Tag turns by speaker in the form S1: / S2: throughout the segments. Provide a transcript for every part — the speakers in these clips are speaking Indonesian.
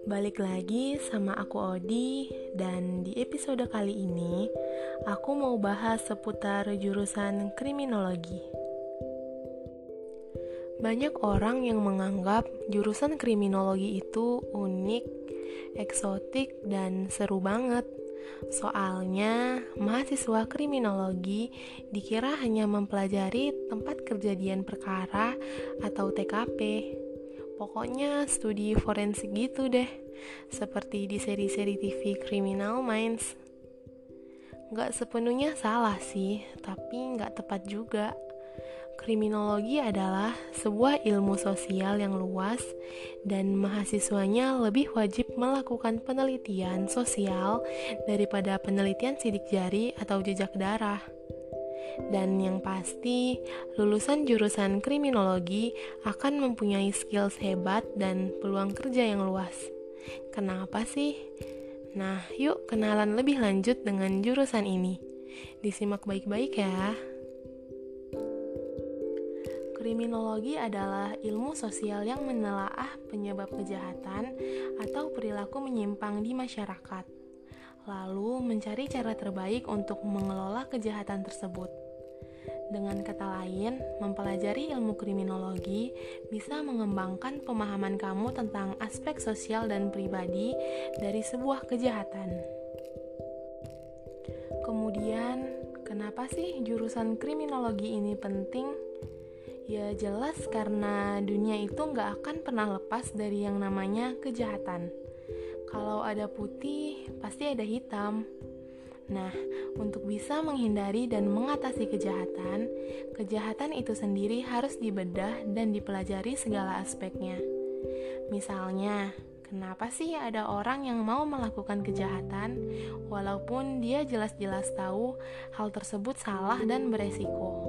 S1: Balik lagi sama aku Odi, dan di episode kali ini aku mau bahas seputar jurusan kriminologi. Banyak orang yang menganggap jurusan kriminologi itu unik, eksotik, dan seru banget. Soalnya mahasiswa kriminologi dikira hanya mempelajari tempat kejadian perkara atau TKP. Pokoknya studi forensik gitu deh, seperti di seri-seri TV Criminal Minds. Gak sepenuhnya salah sih, tapi gak tepat juga. Kriminologi adalah sebuah ilmu sosial yang luas dan mahasiswanya lebih wajib melakukan penelitian sosial daripada penelitian sidik jari atau jejak darah. Dan yang pasti, lulusan jurusan kriminologi akan mempunyai skills hebat dan peluang kerja yang luas. Kenapa sih? Nah, yuk kenalan lebih lanjut dengan jurusan ini. Disimak baik-baik ya. Kriminologi adalah ilmu sosial yang menelaah penyebab kejahatan atau perilaku menyimpang di masyarakat, lalu mencari cara terbaik untuk mengelola kejahatan tersebut. Dengan kata lain, mempelajari ilmu kriminologi bisa mengembangkan pemahaman kamu tentang aspek sosial dan pribadi dari sebuah kejahatan. Kemudian, kenapa sih jurusan kriminologi ini penting? Ya jelas karena dunia itu gak akan pernah lepas dari yang namanya kejahatan. Kalau ada putih, pasti ada hitam. Nah, untuk bisa menghindari dan mengatasi kejahatan itu sendiri harus dibedah dan dipelajari segala aspeknya. Misalnya, kenapa sih ada orang yang mau melakukan kejahatan walaupun dia jelas-jelas tahu hal tersebut salah dan beresiko?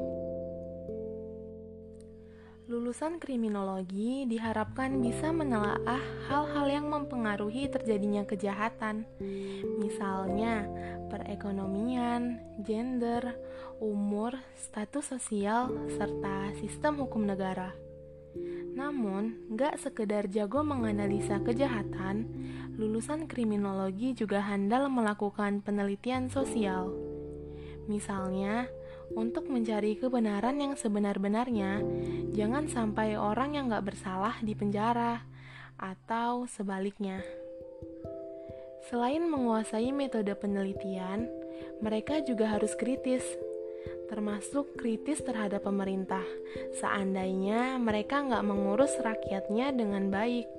S1: Lulusan kriminologi diharapkan bisa menelaah hal-hal yang mempengaruhi terjadinya kejahatan, misalnya perekonomian, gender, umur, status sosial, serta sistem hukum negara. Namun, gak sekedar jago menganalisa kejahatan, lulusan kriminologi juga handal melakukan penelitian sosial. Misalnya, untuk mencari kebenaran yang sebenar-benarnya, jangan sampai orang yang gak bersalah dipenjara, atau sebaliknya. Selain menguasai metode penelitian, mereka juga harus kritis, termasuk kritis terhadap pemerintah, seandainya mereka gak mengurus rakyatnya dengan baik.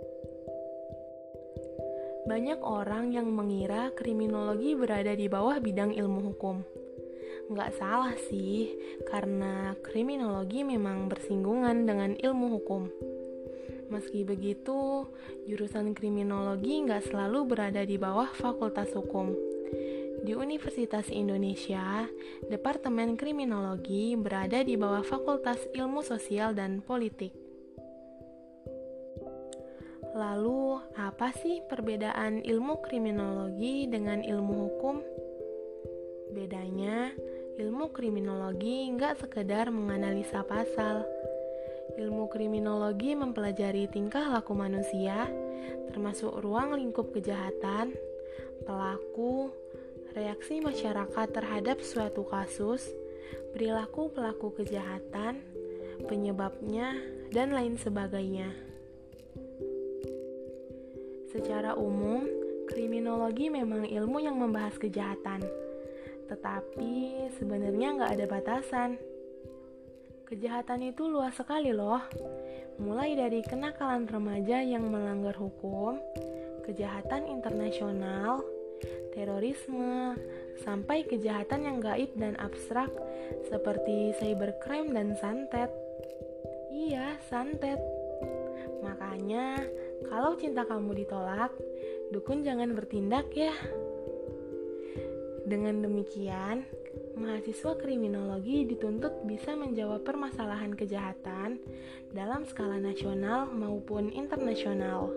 S1: Banyak orang yang mengira kriminologi berada di bawah bidang ilmu hukum. Nggak salah sih, karena kriminologi memang bersinggungan dengan ilmu hukum. Meski begitu, jurusan kriminologi nggak selalu berada di bawah Fakultas Hukum. Di Universitas Indonesia, Departemen Kriminologi berada di bawah Fakultas Ilmu Sosial dan Politik. Lalu, apa sih perbedaan ilmu kriminologi dengan ilmu hukum? Bedanya, ilmu kriminologi nggak sekedar menganalisa pasal. Ilmu kriminologi mempelajari tingkah laku manusia, termasuk ruang lingkup kejahatan, pelaku, reaksi masyarakat terhadap suatu kasus, perilaku pelaku kejahatan, penyebabnya, dan lain sebagainya. Secara umum, kriminologi memang ilmu yang membahas kejahatan. Tetapi sebenarnya nggak ada batasan. Kejahatan itu luas sekali loh. Mulai dari kenakalan remaja yang melanggar hukum, kejahatan internasional, terorisme, sampai kejahatan yang gaib dan abstrak seperti cybercrime dan santet. Iya, santet. Makanya, kalau cinta kamu ditolak, dukun jangan bertindak ya. Dengan demikian, mahasiswa kriminologi dituntut bisa menjawab permasalahan kejahatan dalam skala nasional maupun internasional.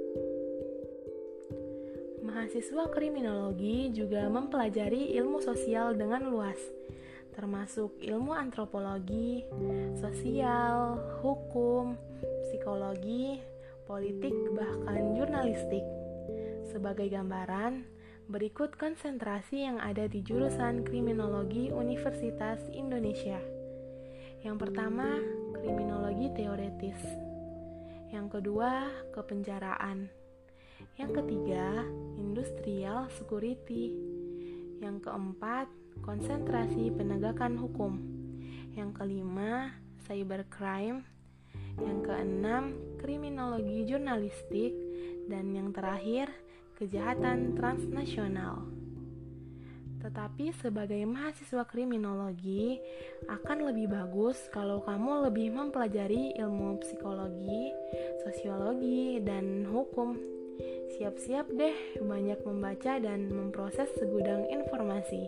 S1: Mahasiswa kriminologi juga mempelajari ilmu sosial dengan luas, termasuk ilmu antropologi, sosial, hukum, psikologi, politik, bahkan jurnalistik. Sebagai gambaran, berikut konsentrasi yang ada di jurusan Kriminologi Universitas Indonesia. Yang pertama, kriminologi teoretis. Yang kedua, kepenjaraan. Yang ketiga, industrial security. Yang keempat, konsentrasi penegakan hukum. Yang kelima, cybercrime. Yang keenam, kriminologi jurnalistik. Dan yang terakhir, kejahatan transnasional. Tetapi sebagai mahasiswa kriminologi, akan lebih bagus kalau kamu lebih mempelajari ilmu psikologi, sosiologi, dan hukum. Siap-siap deh banyak membaca dan memproses segudang informasi.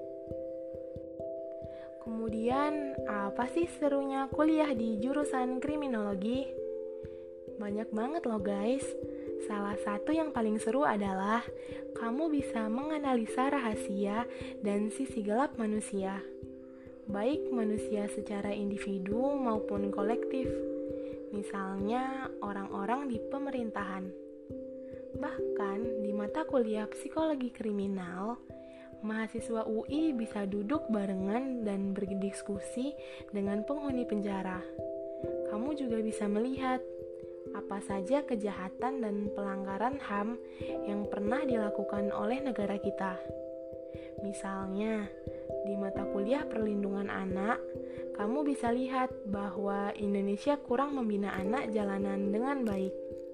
S1: Kemudian, apa sih serunya kuliah di jurusan kriminologi? Banyak banget loh guys. Salah satu yang paling seru adalah kamu bisa menganalisa rahasia dan sisi gelap manusia, baik manusia secara individu maupun kolektif, misalnya orang-orang di pemerintahan. Bahkan di mata kuliah psikologi kriminal, mahasiswa UI bisa duduk barengan dan berdiskusi dengan penghuni penjara. Kamu juga bisa melihat apa saja kejahatan dan pelanggaran HAM yang pernah dilakukan oleh negara kita. Misalnya, di mata kuliah perlindungan anak, kamu bisa lihat bahwa Indonesia kurang membina anak jalanan dengan baik.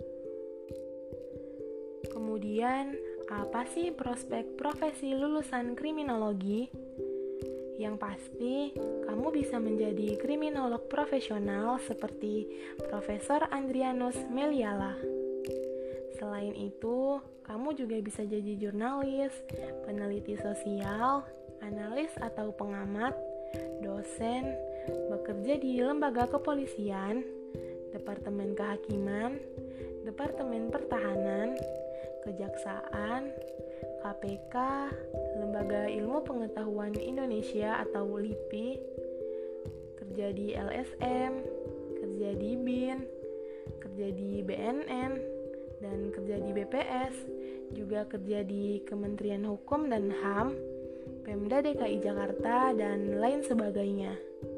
S1: Kemudian, apa sih prospek profesi lulusan kriminologi? Yang pasti, kamu bisa menjadi kriminolog profesional seperti Profesor Andrianus Meliala. Selain itu, kamu juga bisa jadi jurnalis, peneliti sosial, analis atau pengamat, dosen, bekerja di lembaga kepolisian, departemen kehakiman, departemen pertahanan, kejaksaan, KPK, Lembaga Ilmu Pengetahuan Indonesia atau LIPI, kerja di LSM, kerja di BIN, kerja di BNN, dan kerja di BPS, juga kerja di Kementerian Hukum dan HAM, Pemda DKI Jakarta, dan lain sebagainya.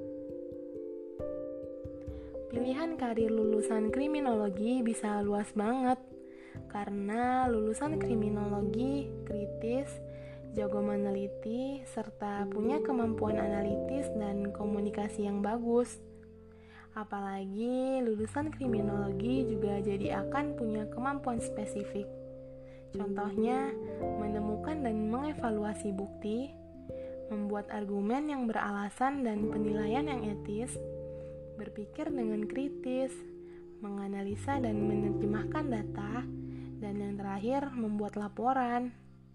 S1: Pilihan karir lulusan kriminologi bisa luas banget, karena lulusan kriminologi kritis, jago meneliti, serta punya kemampuan analitis dan komunikasi yang bagus. Apalagi lulusan kriminologi juga jadi akan punya kemampuan spesifik. Contohnya, menemukan dan mengevaluasi bukti, membuat argumen yang beralasan dan penilaian yang etis, berpikir dengan kritis, menganalisa dan menerjemahkan data, dan yang terakhir membuat laporan.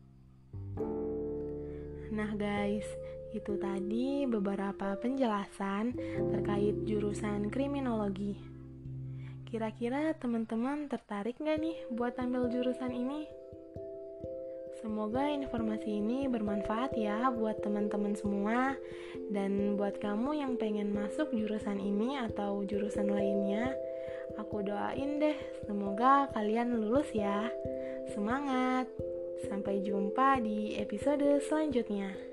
S1: Nah guys, itu tadi beberapa penjelasan terkait jurusan kriminologi. Kira-kira teman-teman tertarik gak nih buat ambil jurusan ini? Semoga informasi ini bermanfaat ya buat teman-teman semua. Dan buat kamu yang pengen masuk jurusan ini atau jurusan lainnya, aku doain deh semoga kalian lulus ya. Semangat! Sampai jumpa di episode selanjutnya.